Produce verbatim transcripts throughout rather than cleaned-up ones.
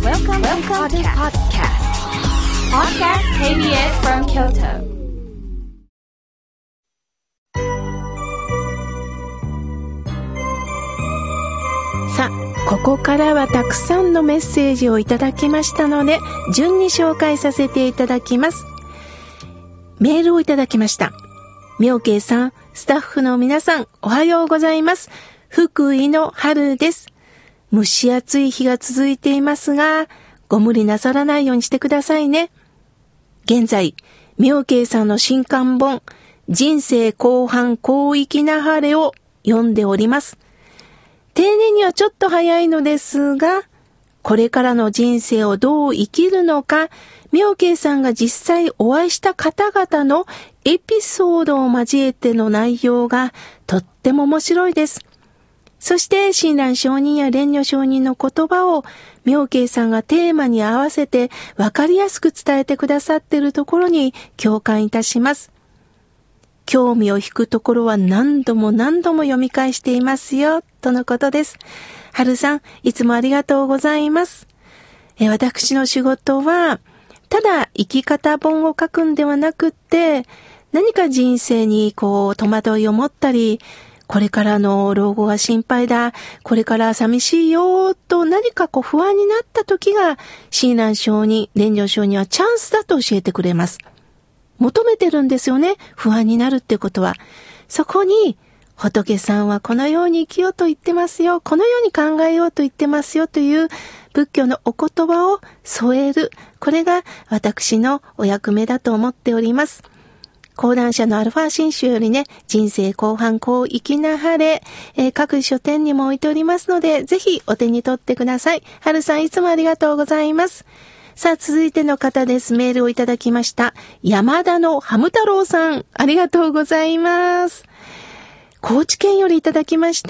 Welcome, Welcome to podcast. Podcast ケービーエス from Kyoto. さあ、ここからはたくさんのメッセージをいただきましたので、順に紹介させていただきます。メールをいただきました。妙慶さん、スタッフの皆さん、おはようございます。福井の春です。蒸し暑い日が続いていますが、ご無理なさらないようにしてくださいね。現在、妙慶さんの新刊本、人生後半広域な晴れを読んでおります。定年にはちょっと早いのですが、これからの人生をどう生きるのか、妙慶さんが実際お会いした方々のエピソードを交えての内容がとっても面白いです。そして親鸞上人や蓮如上人の言葉を妙慶さんがテーマに合わせて分かりやすく伝えてくださっているところに共感いたします。興味を引くところは何度も何度も読み返していますよ、とのことです。春さん、いつもありがとうございます。え私の仕事は、ただ生き方本を書くんではなくって、何か人生にこう戸惑いを持ったり、これからの老後が心配だ、これから寂しいよ、と何かこう不安になった時が、親鸞上人、蓮如上人はチャンスだと教えてくれます。求めてるんですよね、不安になるってことは。そこに、仏さんはこのように生きようと言ってますよ、このように考えようと言ってますよという仏教のお言葉を添える。これが私のお役目だと思っております。講談社のアルファ新書よりね、人生後半広域な晴れ、えー、各書店にも置いておりますので、ぜひお手に取ってください。春さん、いつもありがとうございます。さあ、続いての方です。メールをいただきました。山田のハム太郎さん、ありがとうございます。高知県よりいただきました。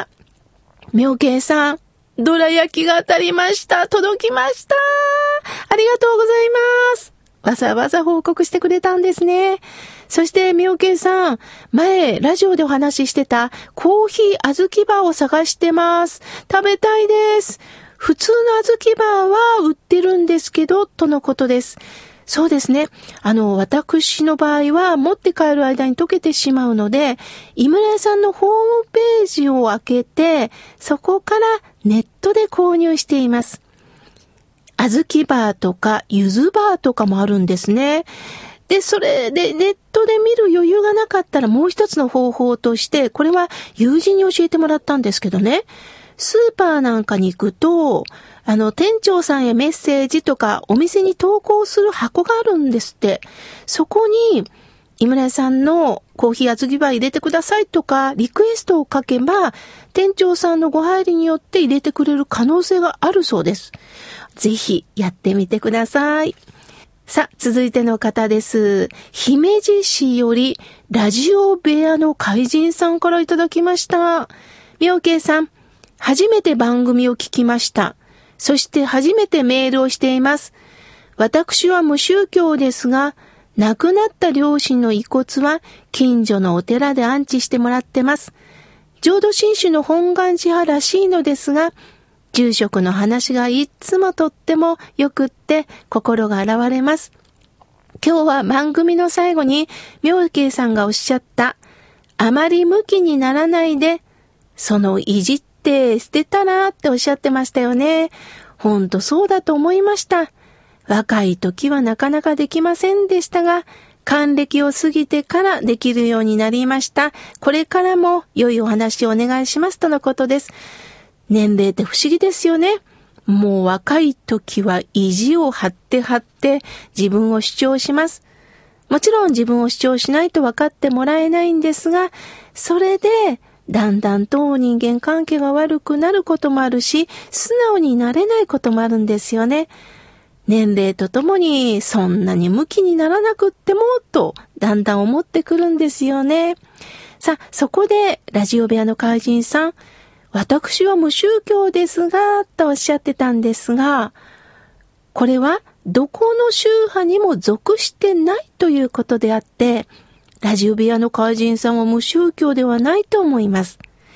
妙慶さん、どら焼きが当たりました。届きました。ありがとうございます。わざわざ報告してくれたんですね。そして妙慶さん、前ラジオでお話ししてたコーヒー小豆バーを探してます。食べたいです。普通の小豆バーは売ってるんですけど、とのことです。そうですね。あの、私の場合は持って帰る間に溶けてしまうので、井村屋さんのホームページを開けて、そこからネットで購入しています。小豆バーとか柚子バーとかもあるんですね。で、それでネットで見る余裕がなかったらもう一つの方法として、これは友人に教えてもらったんですけどね、スーパーなんかに行くと、あの、店長さんへメッセージとかお店に投稿する箱があるんですって。そこに、井村屋さんのコーヒー小豆バー入れてくださいとか、リクエストを書けば、店長さんのご配慮によって入れてくれる可能性があるそうです。ぜひやってみてください。さあ、続いての方です。姫路市よりラジオ部屋の怪人さんからいただきました。妙慶さん、初めて番組を聞きました。そして初めてメールをしています。私は無宗教ですが、亡くなった両親の遺骨は近所のお寺で安置してもらってます。浄土真宗の本願寺派らしいのですが、住職の話がいつもとってもよくって心が洗われます。今日は番組の最後に妙慶さんがおっしゃった、あまり向きにならないで、その意地って捨てたらっておっしゃってましたよね。ほんとそうだと思いました。若い時はなかなかできませんでしたが、還暦を過ぎてからできるようになりました。これからも良いお話をお願いしますとのことです。年齢って不思議ですよね。もう若い時は意地を張って張って自分を主張します。もちろん自分を主張しないと分かってもらえないんですが、それでだんだんと人間関係が悪くなることもあるし、素直になれないこともあるんですよね。年齢とともにそんなに向きにならなくってもとだんだん思ってくるんですよね。さあ、そこでラジオ部屋の怪人さん、私は無宗教ですがとおっしゃってたんですが、これはどこの宗派にも属してないということであって、ラジオ部屋の怪人さんは無宗教ではないと思います。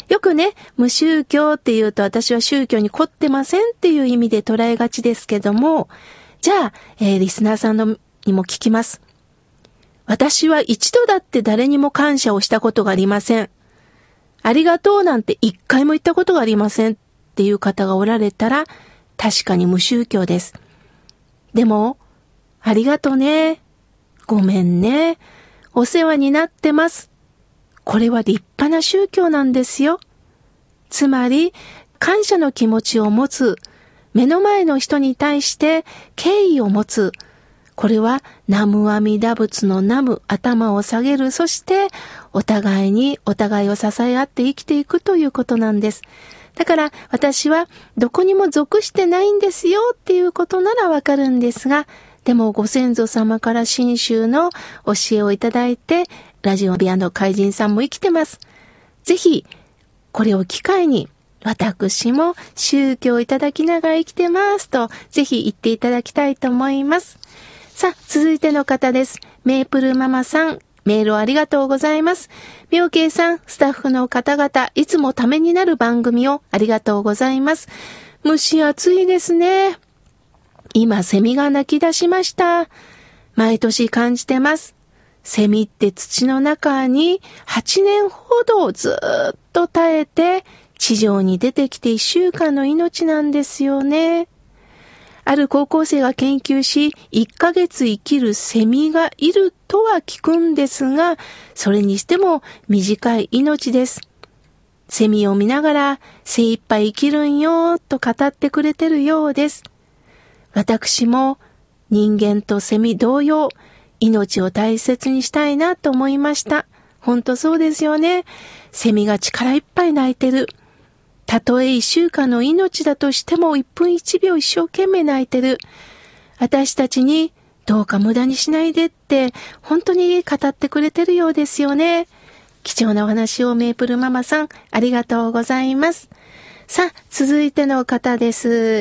よくね、無宗教っていうと私は宗教に凝ってませんっていう意味で捉えがちですけども、じゃあ、えー、リスナーさんのにも聞きます。私は一度だって誰にも感謝をしたことがありません。ありがとうなんて一回も言ったことがありませんっていう方がおられたら、確かに無宗教です。でも、ありがとね。ごめんね。お世話になってます。これは立派な宗教なんですよ。つまり、感謝の気持ちを持つ、目の前の人に対して敬意を持つ。これは南無阿弥陀仏の南無、頭を下げる。そしてお互いにお互いを支え合って生きていくということなんです。だから私はどこにも属してないんですよっていうことならわかるんですが、でもご先祖様から真宗の教えをいただいて、ラジオビアの怪人さんも生きてます。ぜひこれを機会に、私も宗教をいただきながら生きてますと、ぜひ言っていただきたいと思います。さあ、続いての方です。メープルママさん、メールありがとうございます。妙慶さん、スタッフの方々、いつもためになる番組をありがとうございます。蒸し暑いですね。今、セミが鳴き出しました。毎年感じてます。セミって土の中にはちねんほどずっと耐えて、地上に出てきていっしゅうかんの命なんですよね。ある高校生が研究し、いっかげつ生きるセミがいるとは聞くんですが、それにしても短い命です。セミを見ながら精一杯生きるんよと語ってくれてるようです。私も人間とセミ同様、命を大切にしたいなと思いました。本当そうですよね。セミが力いっぱい鳴いてる。たとえ一週間の命だとしても一分一秒一生懸命泣いてる。私たちにどうか無駄にしないでって本当に語ってくれてるようですよね。貴重なお話をメープルママさんありがとうございます。さあ、続いての方です。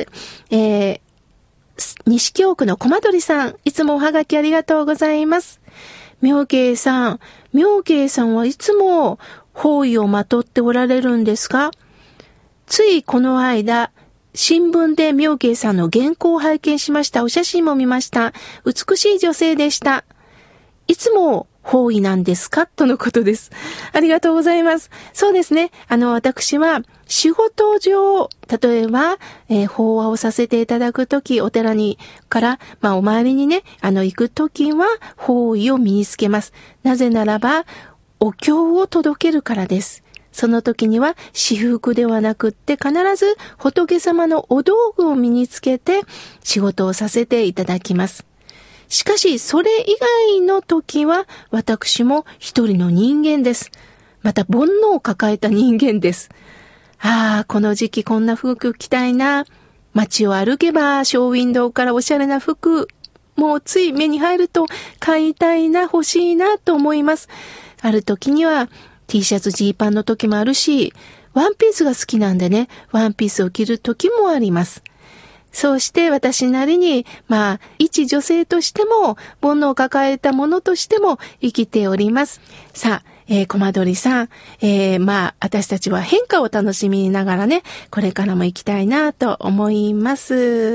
えー、西京区の小間取さん、いつもおはがきありがとうございます。妙慶さん、妙慶さんはいつも包囲をまとっておられるんですか？ついこの間、新聞で妙慶さんの原稿を拝見しました。お写真も見ました。美しい女性でした。いつも包囲なんですか？とのことです。ありがとうございます。そうですね。あの、私は仕事上、例えば、えー、法話をさせていただくとき、お寺にから、まあ、お参りにね、あの、行くときは包囲を身につけます。なぜならば、お経を届けるからです。その時には私服ではなくって必ず仏様のお道具を身につけて仕事をさせていただきます。しかしそれ以外の時は私も一人の人間です。また煩悩を抱えた人間です。ああ、この時期こんな服着たいな。街を歩けばショーウィンドウからおしゃれな服、もうつい目に入ると買いたいな、欲しいなと思います。ある時にはT シャツ、ジーパンの時もあるし、ワンピースが好きなんでね、ワンピースを着る時もあります。そうして私なりに、まあ、一女性としても、煩悩を抱えたものとしても生きております。さあ、えー、コマドリさん、えー、まあ、私たちは変化を楽しみながらね、これからも生きたいなと思います。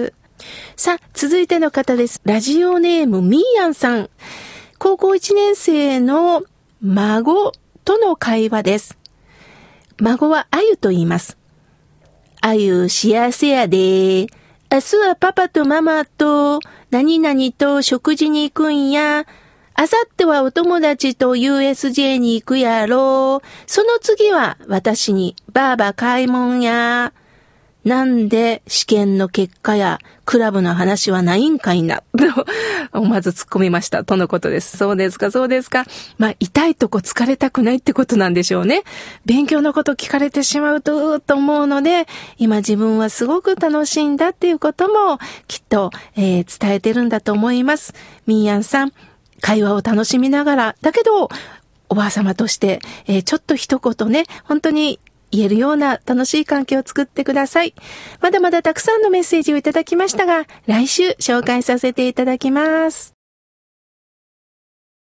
さあ、続いての方です。ラジオネームみーやんさん。高校いちねん生の孫との会話です。孫はあゆと言います。あゆ幸せやで。明日はパパとママと何々と食事に行くんや。あさってはお友達と ユーエスジェー に行くやろ。その次は私にばあば買い物や。なんで試験の結果やクラブの話はないんかいなとまず突っ込みましたとのことです。そうですか、そうですか。まあ痛いとこ疲れたくないってことなんでしょうね。勉強のこと聞かれてしまうとうーっと思うので、今自分はすごく楽しいんだっていうこともきっと、えー、伝えてるんだと思います。みーやんさん、会話を楽しみながらだけどおばあ様として、えー、ちょっと一言ね、本当に言えるような楽しい関係を作ってください。まだまだたくさんのメッセージをいただきましたが、来週紹介させていただきます。